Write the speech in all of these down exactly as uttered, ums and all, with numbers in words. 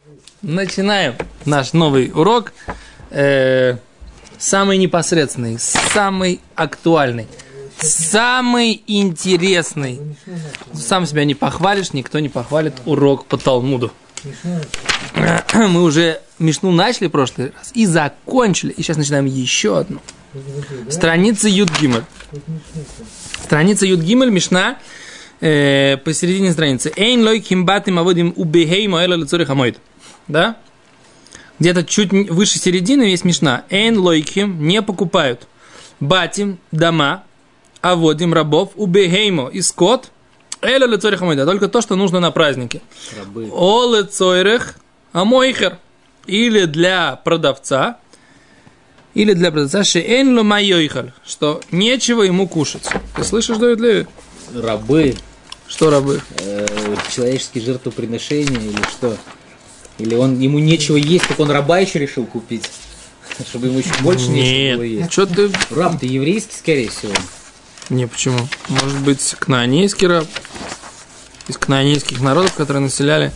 Начинаем наш новый урок. Э, самый непосредственный, самый актуальный, самый интересный. Сам себя не похвалишь, никто не похвалит урок по Талмуду. Мы уже Мишну начали в прошлый раз и закончили. И сейчас начинаем еще одну. Страница Юд-Гимель. Страница Юд-Гимель, Мишна. Э, посередине страницы. Эйн лой кимбатим аводим убехеймо эла лецорих амоид. Да? Где-то чуть выше середины есть Мишна. Эйн лойким не покупают. Батим, дома, аводим, рабов, убехеймо и скот. Эла лецорих амоид. Только то, что нужно на празднике. Рабы. О лецорих амойхер. Или для продавца. Или для продавца. Шеэйн ло майойхаль. Что нечего ему кушать. Ты слышишь, Давид Леви? Рабы. Что рабы? Э, человеческие жертвоприношения или что? Или он, ему нечего есть, так он раба еще решил купить? Чтобы ему еще больше нечего было есть. Что ты... Раб-то еврейский, скорее всего. Не, почему? Может быть, кнаанейский раб? Из кнаанейских народов, которые населяли...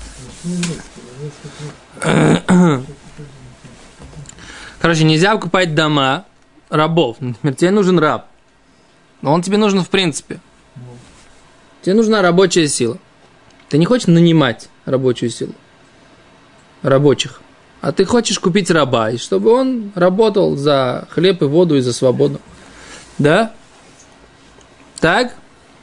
Короче, нельзя покупать дома рабов. Например, тебе нужен раб. Но он тебе нужен в принципе. Тебе нужна рабочая сила. Ты не хочешь нанимать рабочую силу. Рабочих. А ты хочешь купить раба, и чтобы он работал за хлеб и воду и за свободу. Да? Так?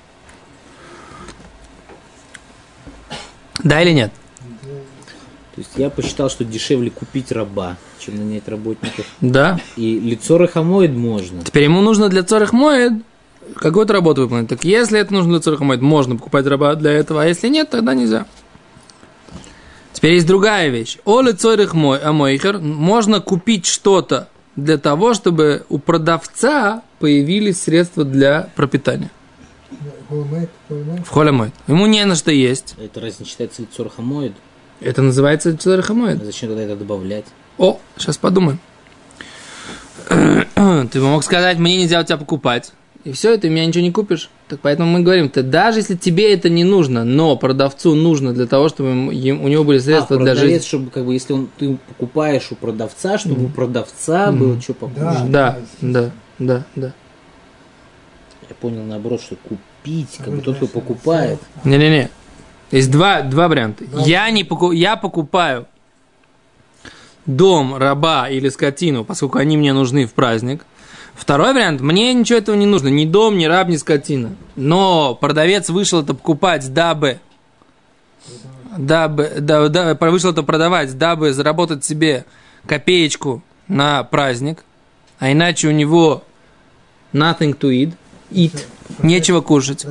Да или нет? То есть я посчитал, что дешевле купить раба, чем нанять работников. Да. И лицорых амоид можно. Теперь ему нужно для цорых моед какую-то работу выполнить. Так если это нужно для цорых моед, можно покупать раба для этого, а если нет, тогда нельзя. Теперь есть другая вещь. Оле цорых амойхер, можно купить что-то для того, чтобы у продавца появились средства для пропитания. В холе моед. Ему не на что есть. Это разве не считается лицорых амоид? Это называется цорых амоид. А зачем тогда это добавлять? О, сейчас подумаем. Ты мог сказать, мне нельзя у тебя покупать. И все, ты у меня ничего не купишь. Так поэтому мы говорим, ты даже если тебе это не нужно, но продавцу нужно для того, чтобы ему, у него были средства а, для жизни. Чтобы, как бы, если он, ты покупаешь у продавца, чтобы mm. у продавца mm. было что покушать. Да, да, да, да. Я понял наоборот, что купить, как бы тот, кто покупает. Не-не-не. Есть два, два варианта. Да. Я, не поку... Я покупаю дом, раба или скотину, поскольку они мне нужны в праздник. Второй вариант, мне ничего этого не нужно, ни дом, ни раб, ни скотина. Но продавец вышел это покупать, дабы, дабы, да, да, вышел это продавать, дабы заработать себе копеечку на праздник, а иначе у него nothing to eat, eat, нечего кушать.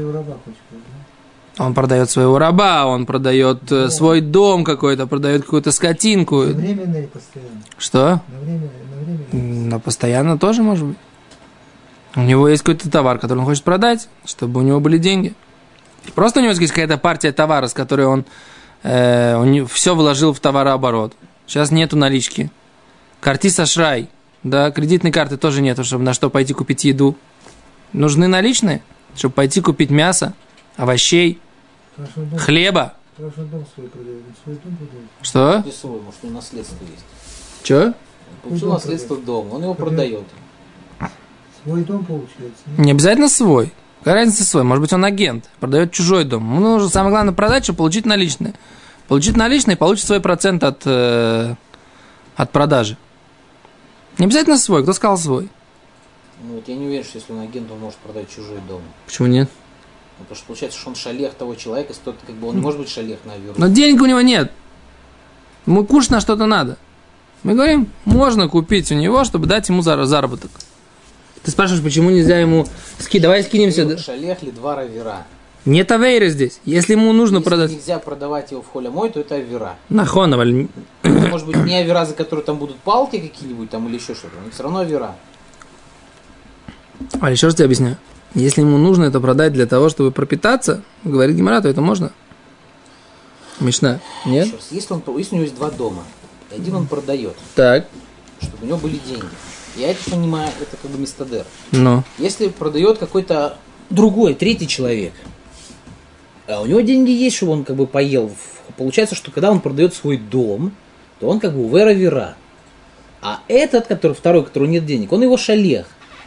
Он продает своего раба, он продает дом. свой дом какой-то, продает какую-то скотинку. На временно или постоянно? Что? На время, на временно. На постоянно тоже может быть. У него есть какой-то товар, который он хочет продать, чтобы у него были деньги. Просто у него есть какая-то партия товара, с которой он, э, он все вложил в товарооборот. Сейчас нету налички. Картис Ашрай, да, кредитной карты тоже нету, чтобы на что пойти купить еду. Нужны наличные, чтобы пойти купить мясо, овощей, дом, хлеба. Дом свой продает, свой дом продает. Что? Не свой, может, у него наследство есть. Что? Он получил дом наследство дома, он его продает. Свой дом получается. Нет? Не обязательно свой. Какая разница свой? Может быть, он агент, продает чужой дом. Ему нужно самое главное продать, чтобы получить наличные. Получить наличные, получит свой процент от, э, от продажи. Не обязательно свой. Кто сказал свой? Ну, вот я не уверен, что если он агент, он может продать чужой дом. Почему нет? Потому что получается, что он шалех того человека, стоит, как бы он не может быть шалех на веру. Но денег у него нет. Ему кушать на что-то надо. Мы говорим, можно купить у него, чтобы дать ему заработок. Ты спрашиваешь, почему нельзя ему скинуть? Давай скинемся. Шалех ли два равера? Нет авейры здесь. Если ему нужно Если продать. Если нельзя продавать его в холе мой, то это авера. Нахонова. Может быть, не авера, за которые там будут палки какие-нибудь там или еще что-то. Но все равно авера. А еще раз тебе объясняю. Если ему нужно это продать для того, чтобы пропитаться, говорит Гемара, то это можно. Мишна, нет? Раз, если, он, если у него есть два дома, и один он продает, так, чтобы у него были деньги. Я это понимаю, это как бы мистадер. Но. Если продает какой-то другой, третий человек, а у него деньги есть, чтобы он как бы поел в получается, что когда он продает свой дом, то он как бы вера-вера. А этот, который второй, у которого нет денег, он его шалех.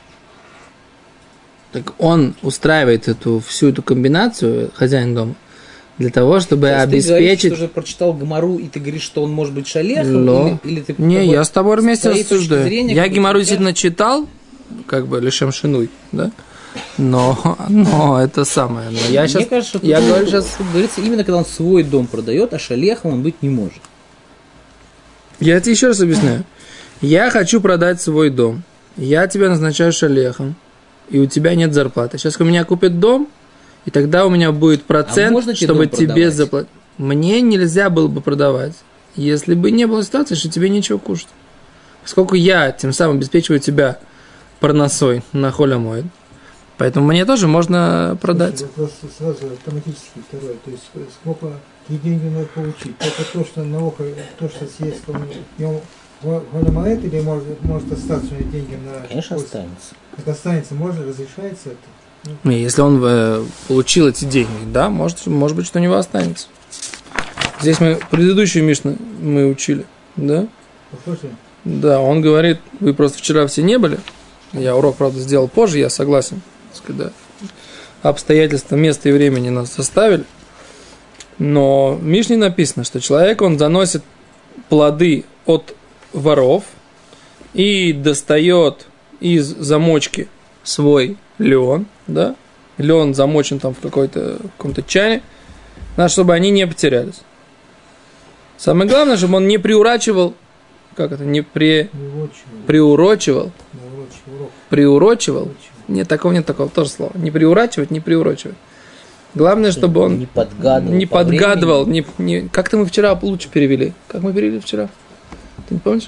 Так он устраивает эту всю эту комбинацию, хозяин дома, для того, чтобы То есть обеспечить... Ты говоришь, что уже прочитал Гемару, и ты говоришь, что он может быть шалехом? Но... Или, или ты Не, я с тобой вместе рассуждаю. зрения, Я как бы, Гемару тебя- действительно читал, как бы лишем шинуй, да? Но, но это самое. Но я Мне сейчас, кажется, что я тут- говорю сейчас, тут говорится, именно когда он свой дом продает, а шалехом он быть не может. я тебе еще раз объясняю. Я хочу продать свой дом. Я тебя назначаю шалехом, и у тебя нет зарплаты. Сейчас у меня купят дом, и тогда у меня будет процент, А можно тебе чтобы дом тебе продавать? заплатить. Мне нельзя было бы продавать, если бы не было ситуации, что тебе нечего кушать. Поскольку я тем самым обеспечиваю тебя парносой на холя моет, поэтому мне тоже можно продать. Вопрос сразу автоматически второй. То есть сколько какие деньги надо получить? Только то, что на ухо, то, что съест, он в нем големает, или может, может остаться у него деньги на... Конечно, вкус? останется. Это останется, можно, разрешается это? Не, если он э, получил эти деньги, да, может, может быть, что у него останется. Здесь мы предыдущую Мишну мы учили, да? Похоже? Да, он говорит, вы просто вчера все не были. Я урок, правда, сделал позже, я согласен. Когда обстоятельства, место и времени нас составили. Но в Мишне написано, что человек, он заносит плоды от воров и достает из замочки свой лен, да? Лен замочен там в какой-то, в каком-то чане, надо, чтобы они не потерялись. Самое главное, чтобы он не приурачивал, как это, не при, приурочивал, приурочивал, нет, такого нет, такого тоже слова, не приурачивать, не приурочивать. Главное, чтобы он не подгадывал, не по подгадывал, не, не, как-то мы вчера лучше перевели, как мы перевели вчера, ты не помнишь?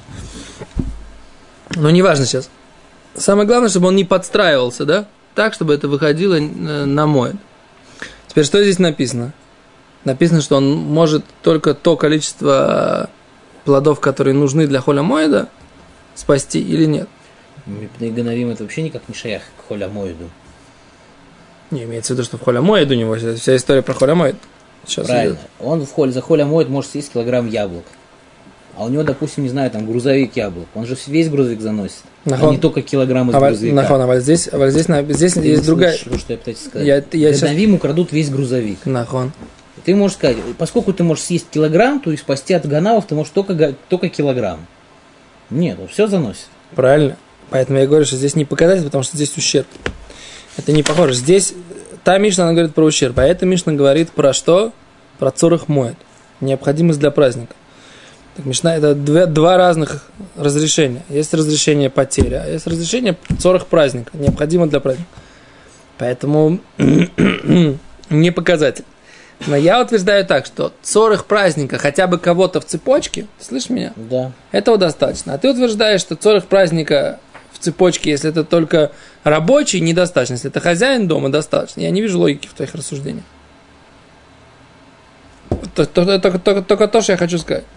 Ну, неважно сейчас. Самое главное, чтобы он не подстраивался, да, так, чтобы это выходило на мой. Теперь, что здесь написано? Написано, что он может только то количество плодов, которые нужны для холя моеда, спасти или нет. Мипней Ганавим это вообще никак не шаях к холя моеду. Не, имеется в виду, что в холя моеду у него вся история про холя моед. Сейчас Правильно. идет. Он в холе, за холя моед может съесть килограмм яблок. А у него, допустим, не знаю, там грузовик яблок. Он же весь грузовик заносит. Нахон. А не только килограмм из А, грузовика. нахон, а вот здесь, а вот здесь, на- здесь Ты есть не другая... слышишь, что я пытаюсь сказать. Я, я сейчас... Ганавим украдут весь грузовик. Нахон. Ты можешь сказать, поскольку ты можешь съесть килограмм, то и спасти от ганавов ты можешь только, га- только килограмм. Нет, он все заносит. Правильно. Поэтому я говорю, что здесь не показатель, потому что здесь ущерб. Это не похоже. Здесь та Мишна, она говорит про ущерб, а эта Мишна говорит про что? Про цорых моет. Необходимость для праздника. Так, Мишна это две, два разных разрешения. Есть разрешение потери, а есть разрешение цорых праздника. Необходимо для праздника. Поэтому не показатель. Но я утверждаю так, что цорых праздника хотя бы кого-то в цепочке, слышишь меня? Да. Этого достаточно. А ты утверждаешь, что цорых праздника в цепочке, если это только рабочий, недостаточно. Если это хозяин дома, достаточно. Я не вижу логики в твоих рассуждениях. Только, только, только, только то, что я хочу сказать.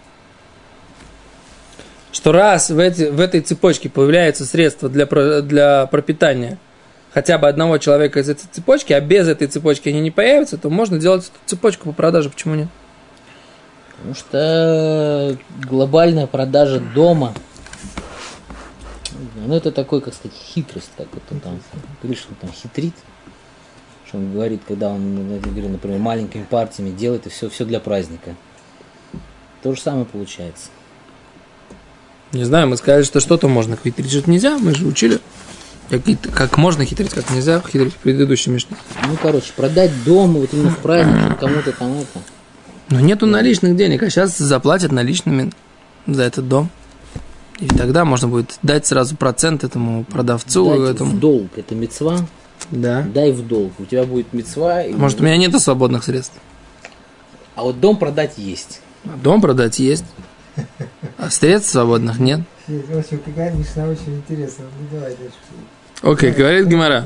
Что раз в, эти, в этой цепочке появляется средство для, для пропитания хотя бы одного человека из этой цепочки, а без этой цепочки они не появятся, то можно делать эту цепочку по продаже. Почему нет? Потому что глобальная продажа дома, ну это такой, как сказать, хитрость, как вот он там, говорит, что он там хитрит, что он говорит, когда он, например, маленькими партиями делает, и все, все для праздника. То же самое получается. Не знаю, мы сказали, что что-то можно хитрить, что-то нельзя, мы же учили. Как, как можно хитрить, как нельзя хитрить в предыдущей Мишне. Ну, короче, продать дом вот именно в праздник кому-то там это. Но нету наличных денег, а сейчас заплатят наличными за этот дом. И тогда можно будет дать сразу процент этому продавцу. Дать этому. в долг, это мицва. Да. Дай в долг. У тебя будет мицва. И... Может, у меня нету свободных средств. А вот дом продать есть. Дом продать есть. А средств свободных нет. В общем, какая Мишна очень интересная. Ну, давай дальше. Окей, говорит Гемара.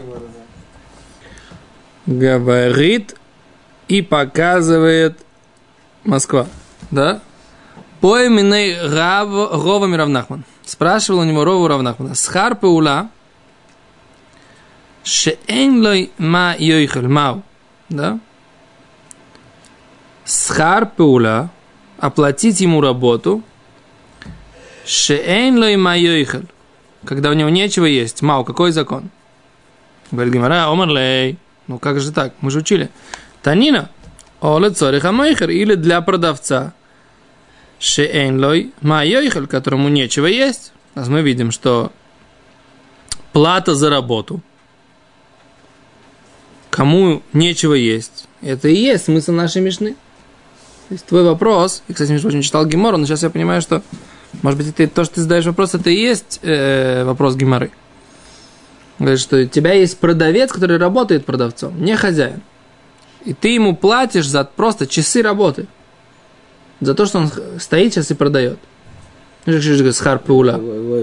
Говорит и показывает Москва. Да? По имени Рова Миравнахман. Спрашивал у него Рову Равнахмана. Схар паула шеэн лой ма йойхел мау. Да? Схар паула оплатить ему работу, шеэйн лой майойхаль, когда у него нечего есть. Мау, какой закон? Говорит Гемара, омарлей. Ну как же так? Мы же учили. Танина, оле цориха майхер, или для продавца. Шеэйн лой майойхаль, которому нечего есть. У нас мы видим, что плата за работу. Кому нечего есть. Это и есть смысл нашей мишны. То есть твой вопрос, я, кстати, между прочим, читал Гемору, но сейчас я понимаю, что, может быть, это, то, что ты задаешь вопрос, это и есть э, вопрос Геморы. Говорит, что у тебя есть продавец, который работает продавцом, не хозяин. И ты ему платишь за просто часы работы. За то, что он стоит сейчас и продает. Схар паула.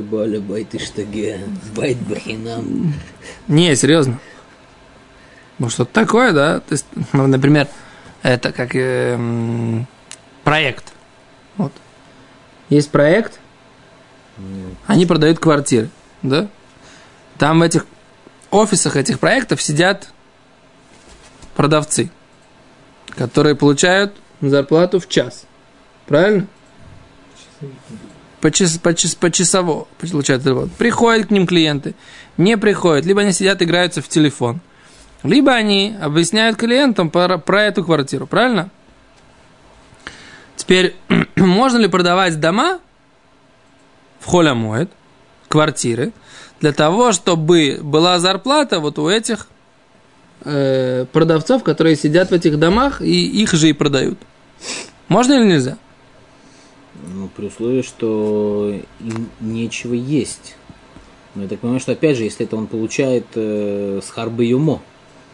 Не, серьезно. Ну, что-то такое, да? То есть, ну, например, это как э, проект. Вот. Есть проект, они продают квартиры, да? Там в этих офисах этих проектов сидят продавцы, которые получают зарплату в час. Правильно? По, час, по, час, по часово получают зарплату. Приходят к ним клиенты, не приходят, либо они сидят, играются в телефон. Либо они объясняют клиентам про, про эту квартиру, правильно? Теперь, можно ли продавать дома в холь а-моэд, квартиры, для того, чтобы была зарплата вот у этих э, продавцов, которые сидят в этих домах и их же и продают? Можно или нельзя? Ну, при условии, что им нечего есть. Но я так понимаю, что опять же, если это он получает э, схар б'юмо.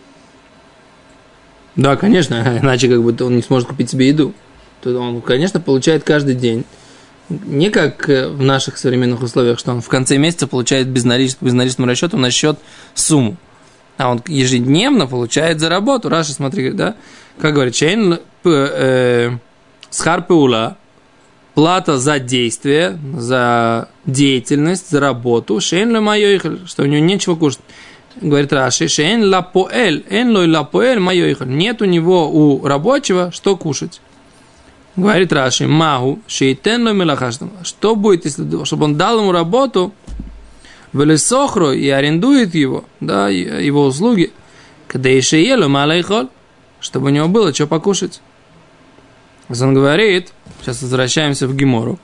Да, конечно, иначе как бы он не сможет купить себе еду. То он, конечно, получает каждый день. Не как в наших современных условиях, что он в конце месяца получает безналичным, безналичным расчетом на счет сумму. А он ежедневно получает за работу. Раша, смотри, да? Как говорит, чейн схар паула, плата за действие, за деятельность, за работу, шейн ла майойхаль, что у него нечего кушать. Говорит Раши, шейн ла поэль, эн лой ла поэль майойхаль. Нет у него, у рабочего, что кушать. Говорит Раши, магу, шейтен лой мелахаштам. Что будет, если, чтобы он дал ему работу, в лесохру и арендует его, да, его услуги, когда еще ело малайхоль, чтобы у него было что покушать. Он говорит, сейчас возвращаемся в Гемору.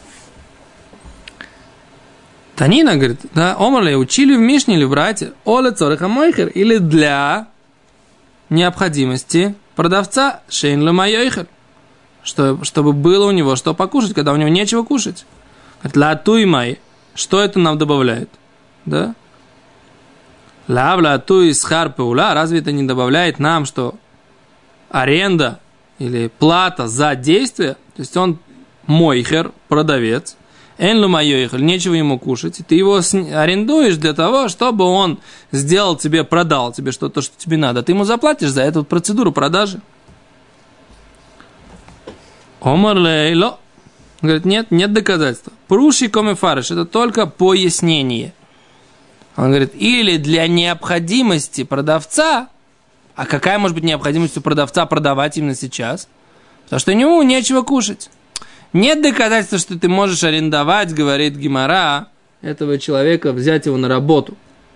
Танина говорит, да, омарле, учили в Мишне или в Брате, оле цореха мойхер, или для необходимости продавца шейн ле майойхер, что, чтобы было у него что покушать, когда у него нечего кушать. Говорит, ла туй май, что это нам добавляет? Да? Ла ла туй схар паула, разве это не добавляет нам, что аренда или плата за действие, то есть он мойхер, продавец, эн лу майойхер, нечего ему кушать, и ты его арендуешь для того, чтобы он сделал тебе, продал тебе что-то, что тебе надо. Ты ему заплатишь за эту процедуру продажи. Омар лейло. Говорит, нет, нет доказательства. Пруши коме фариш, это только пояснение. Он говорит, или для необходимости продавца. А какая может быть необходимость у продавца продавать именно сейчас? Потому что у него нечего кушать. Нет доказательства, что ты можешь арендовать, говорит Гемара, этого человека, взять его на работу.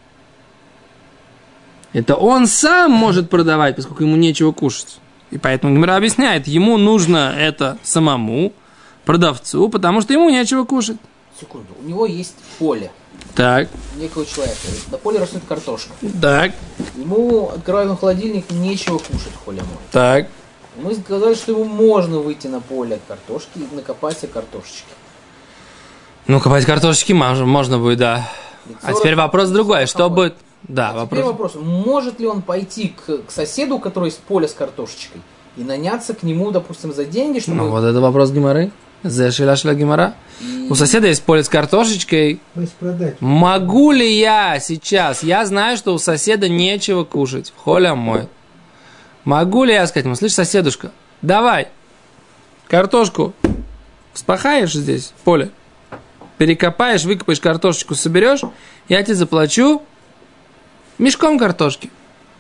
Это он сам может продавать, поскольку ему нечего кушать. И поэтому Гемара объясняет, ему нужно это самому, продавцу, потому что ему нечего кушать. Секунду, у него есть поле. Так. Некого человека. На поле растет картошка. Так. Ему, открываем холодильник, нечего кушать, холя мой. Так. Мы сказали, что ему можно выйти на поле картошки и накопать себе картошечки. Ну, копать картошечки можно, можно будет, да. А теперь вопрос другой. Что будет? Да, а вопрос. Теперь вопрос. Может ли он пойти к, к соседу, у которого есть поле с картошечкой, и наняться к нему, допустим, за деньги, чтобы... Ну, вот это вопрос Гемары. Зашила шла Гемара. И... У соседа есть поле с картошечкой. Могу ли я сейчас? Я знаю, что у соседа нечего кушать. В холе а-моэд. Могу ли я сказать ему, слышь, соседушка, давай картошку вспахаешь здесь, поле, перекопаешь, выкопаешь картошечку, соберешь, я тебе заплачу мешком картошки,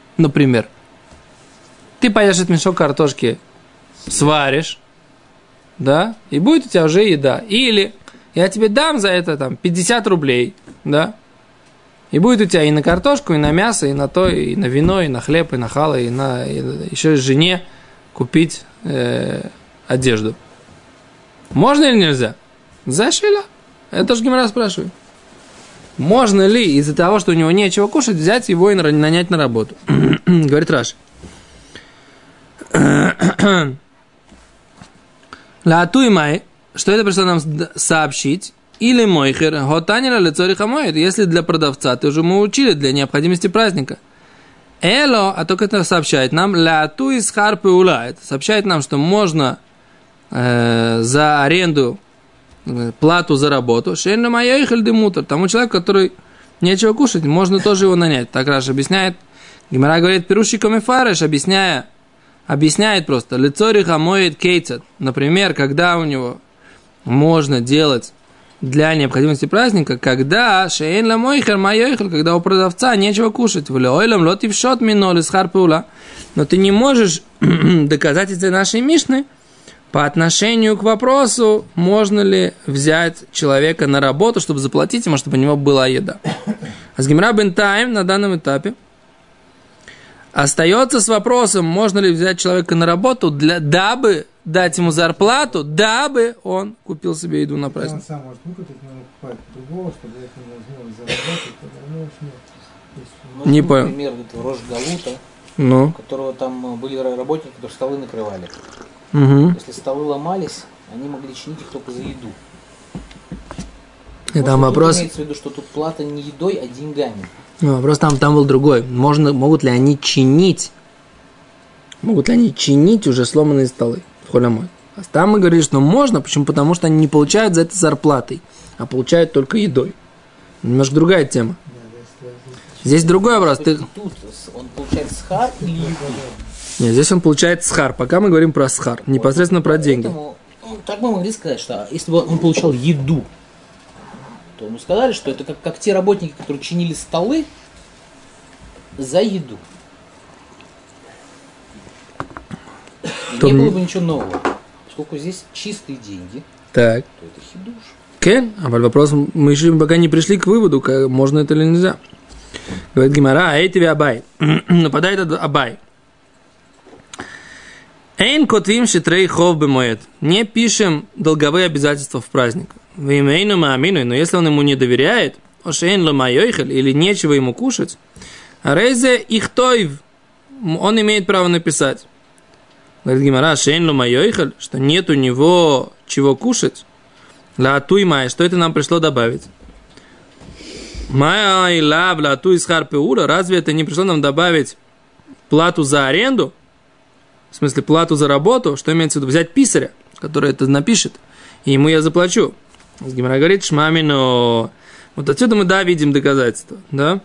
например. Ты пойдешь этот мешок картошки, сваришь, да, и будет у тебя уже еда. Или я тебе дам за это там пятьдесят рублей, да, и будет у тебя и на картошку, и на мясо, и на то, и на вино, и на хлеб, и на хало, и на и еще жене купить э, одежду. Можно или нельзя? Зашила. Это же Гемара спрашивает. Можно ли из-за того, что у него нечего кушать, взять его и нанять на работу? Говорит Раши. Лаатуймай, что это пришло нам сообщить? Или мойхер, готанила лицо хамоид, если для продавца, ты уже мы учили, для необходимости праздника. Эло, а только это сообщает нам, лаатуй с харпы ула, это сообщает нам, что можно э, за аренду, э, плату за работу, шейна майохель демутер, тому человеку, который нечего кушать, можно тоже его нанять. Так Раш объясняет, Гемара говорит, пирушиком и фареш, объясняя, объясняет просто, лицо рихамоид кейцет, например, когда у него можно делать для необходимости праздника, когда шейн ла мойхер майохер, когда у продавца нечего кушать, в леойлам лотив шот миноли с харпула, но ты не можешь доказать из нашей мишны по отношению к вопросу, можно ли взять человека на работу, чтобы заплатить ему, чтобы у него была еда. А с Гемара бен Тайм на данном этапе остается с вопросом, можно ли взять человека на работу, для, дабы дать ему зарплату, дабы он купил себе еду на праздник. Он сам может выкупить, но он покупает другого, чтобы это возможность заработать, ну, ну, не понял. Например, Рош Галута, ну. у которого там были работники, которые столы накрывали. Угу. Если столы ломались, они могли чинить их только за еду. И там вопрос... Имеется в виду, что тут плата не едой, а деньгами. Ну, вопрос там, там был другой. Можно, могут ли они чинить, могут ли они чинить уже сломанные столы в холямой? А там мы говорили, что можно, почему? Потому что они не получают за это зарплатой, а получают только едой. Немножко другая тема. Здесь другой вопрос. Ты... Тут он получает схар или еду? Нет, здесь он получает схар. Пока мы говорим про схар, непосредственно про деньги. Поэтому, ну, так мы могли сказать, что если бы он получал еду, то мы сказали, что это как, как те работники, которые чинили столы за еду. То не мне... было бы ничего нового. Поскольку здесь чистые деньги, так. то это хидуш. Кен, а вопрос, мы еще пока не пришли к выводу, как, можно это или нельзя. Говорит Гемара, а эй тебе Абай. Нападает Абай. Эйн котвим шитрей хов бемоэд. Не пишем долговые обязательства в праздник. Вимейну маамину, но если он ему не доверяет, ошейн ломайойхель, или нечего ему кушать, рейзе ихтойв, он имеет право написать. Говорит Гемара, ошейн ломайойхель, что нет у него чего кушать. Ла туй май, что это нам пришло добавить? Май лав ла туй схар пеура, разве это не пришло нам добавить плату за аренду? В смысле, плату за работу, что имеется в виду? Взять писаря, который это напишет, и ему я заплачу. Гемара говорит, шмамино. Вот отсюда мы, да, видим доказательства, да?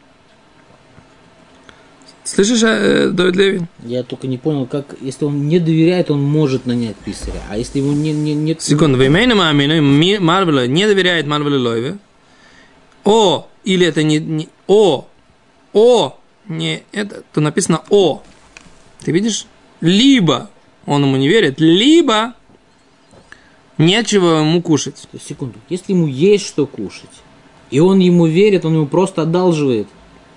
Слышишь, э, Давид Левин? Я только не понял, как, если он не доверяет, он может нанять писаря, а если ему не... не, не... Секунду, вы имеете мамину, Марвела не доверяет Марвеле Лойве. О, или это не, не... О, О, не это, то написано О. Ты видишь? Либо он ему не верит, либо нечего ему кушать. То есть, секунду, если ему есть что кушать, и он ему верит, он ему просто одалживает.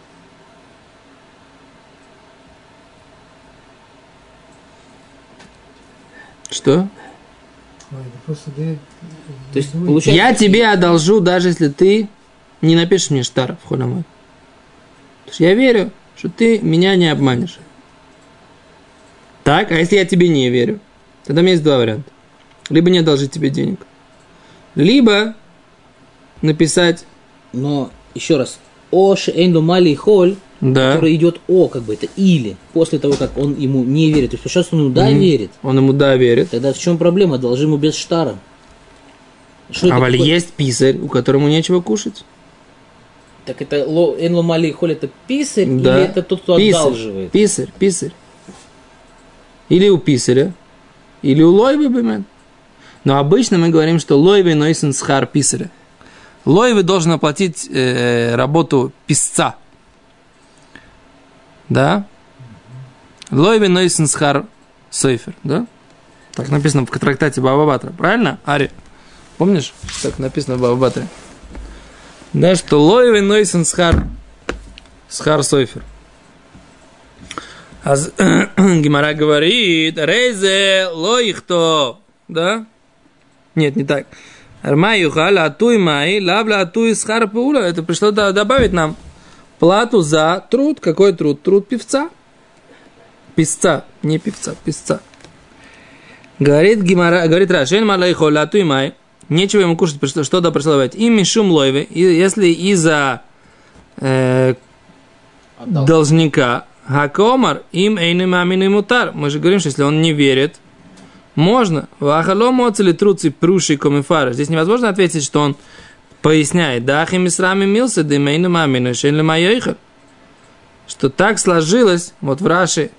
Что? Ой, просто дает... То есть, получается, я тебе одолжу, даже если ты не напишешь мне штар в холямой. Потому что я верю, что ты меня не обманешь. Так, а если я тебе не верю? Тогда у меня есть два варианта. Либо не одолжить тебе денег, либо написать... Но, еще раз, о шейнду мали холь, да. который идет о, как бы, это или, после того, как он ему не верит. То есть, сейчас он ему да mm-hmm. верит. Он ему да верит. Тогда в чем проблема? Одолжи ему без штара. Что а валь такое? есть писарь, у которого нечего кушать. Так это энло мали холь, это писарь, да. или это тот, кто писарь, одалживает? Писарь, писарь. Или у писаря, или у лойвы бэмен. Но обычно мы говорим, что лойвы нойсен схар писаря. Лойвы должен оплатить э, работу писца. Да? Лойвы нойсен схар сейфер. Да? Так написано в трактате Баба Батра. Правильно, Ари? Помнишь, что так написано в Баба Батре? Да, что лоевый нойсен схар. Схар сойфер. А Гемара говорит, рейзе лоихто. Да? Нет, не так. Армай юхал атуй май, лавла атуй схар паула. Это пришло добавить нам плату за труд. Какой труд? Труд певца. Песца, не певца, песца. Говорит Гемара, говорит Раши, малайхо латуй май. Нечего ему кушать, пришло, что-то пришло добавить. Им мишум лойве, если из-за э, должника хакомар им эйны мамины мутар. Мы же говорим, что если он не верит, можно. Вахалому оцели труци пруши комифара. Здесь невозможно ответить, что он поясняет. Да, химисрами мился, да эйны мамины шейли майойха. Что так сложилось, вот в Раши,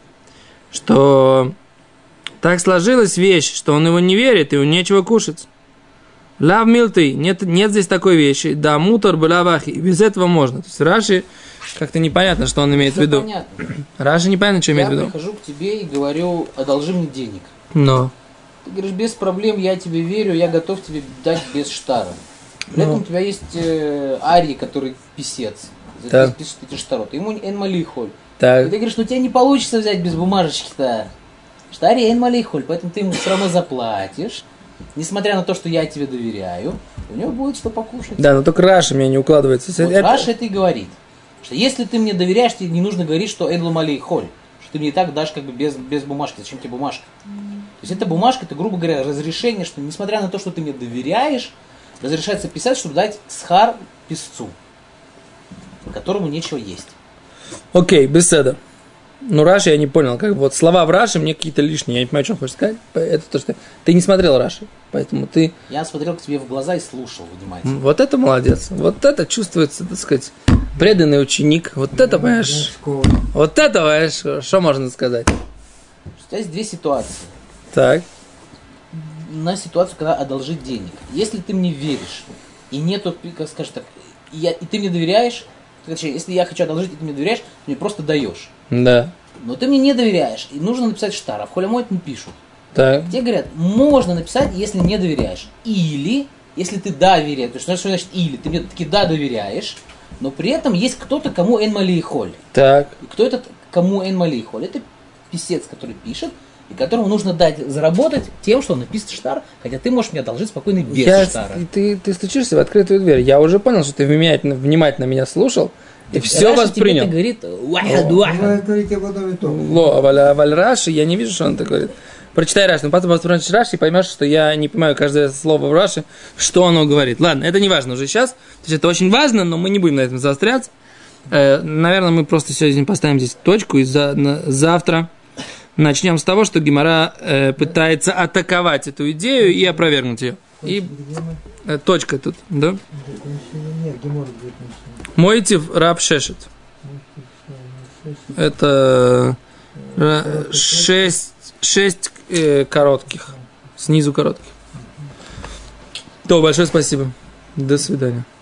что так сложилась вещь, что он его не верит, и ему нечего кушать. Лав милты, нет, нет здесь такой вещи. Да, мутар балавахи. Без этого можно. То есть Раши как-то непонятно, что он имеет Все в виду. Понятно. Раши непонятно, что я имеет в виду. Я прихожу к тебе и говорю, одолжи мне денег. Но. Ты говоришь, без проблем, я тебе верю, я готов тебе дать без штара. При этом у тебя есть э, Арий, который писец. Так. Пишет эти штароты. Ему эн малихоль. Так. И ты говоришь, ну у тебя не получится взять без бумажечки-то. Что Арий эн малихоль, поэтому ты ему все равно заплатишь. Несмотря на то, что я тебе доверяю, у него будет что покушать. Да, но только Раши мне не укладывается. Вот это... Раши это и говорит. Что если ты мне доверяешь, тебе не нужно говорить, что Эдлу Малей Холь. Что ты мне и так дашь как бы без, без бумажки. Зачем тебе бумажка? То есть эта бумажка, это, грубо говоря, разрешение, что несмотря на то, что ты мне доверяешь, разрешается писать, чтобы дать схар писцу, которому нечего есть. Окей, беседа. Ну, Раши я не понял. Как бы вот слова в Раши мне какие-то лишние. Я не понимаю, что он хочет сказать. Это то, что ты не смотрел Раши. Поэтому ты... Я смотрел к тебе в глаза и слушал внимательно. Вот это молодец. Вот это чувствуется, так сказать, преданный ученик. Вот это, понимаешь... Вот это, понимаешь, что можно сказать? У тебя есть две ситуации. Так. На ситуацию, когда одолжить денег. Если ты мне веришь, и нету, как скажешь так, и, я, и ты мне доверяешь, точнее, если я хочу одолжить, и ты мне доверяешь, ты мне просто даешь. Да. Но ты мне не доверяешь, и нужно написать штар, а в холямойт не пишут. Так. Тебе говорят, можно написать, если не доверяешь. Или, если ты доверяешь, то есть, что значит или, ты мне таки да доверяешь, но при этом есть кто-то, кому эн малей холь. Так. И кто этот, кому эн малей холь? Это писец, который пишет, и которому нужно дать заработать тем, что он напишет штар, хотя ты можешь мне одолжить спокойно без Я, штара. Ты, ты стучишься в открытую дверь. Я уже понял, что ты внимательно, внимательно меня слушал и все Раша воспринял. Тебе это говорит, вахад, вахад. Ло, аваль, аваль Раши, я не вижу, что он так говорит. Прочитай Раши, но потом посмотришь Раши и поймешь, что я не понимаю каждое слово в Раши, что оно говорит. Ладно, это не важно уже сейчас. То есть это очень важно, но мы не будем на этом заостряться. Э, наверное, мы просто сегодня поставим здесь точку и за, на, завтра начнем с того, что Гемара э, пытается атаковать эту идею и опровергнуть ее. И э, точка тут, да? Мойтив раб шешет. Это э, шесть, шесть э, коротких. Снизу коротких. То, большое спасибо. До свидания.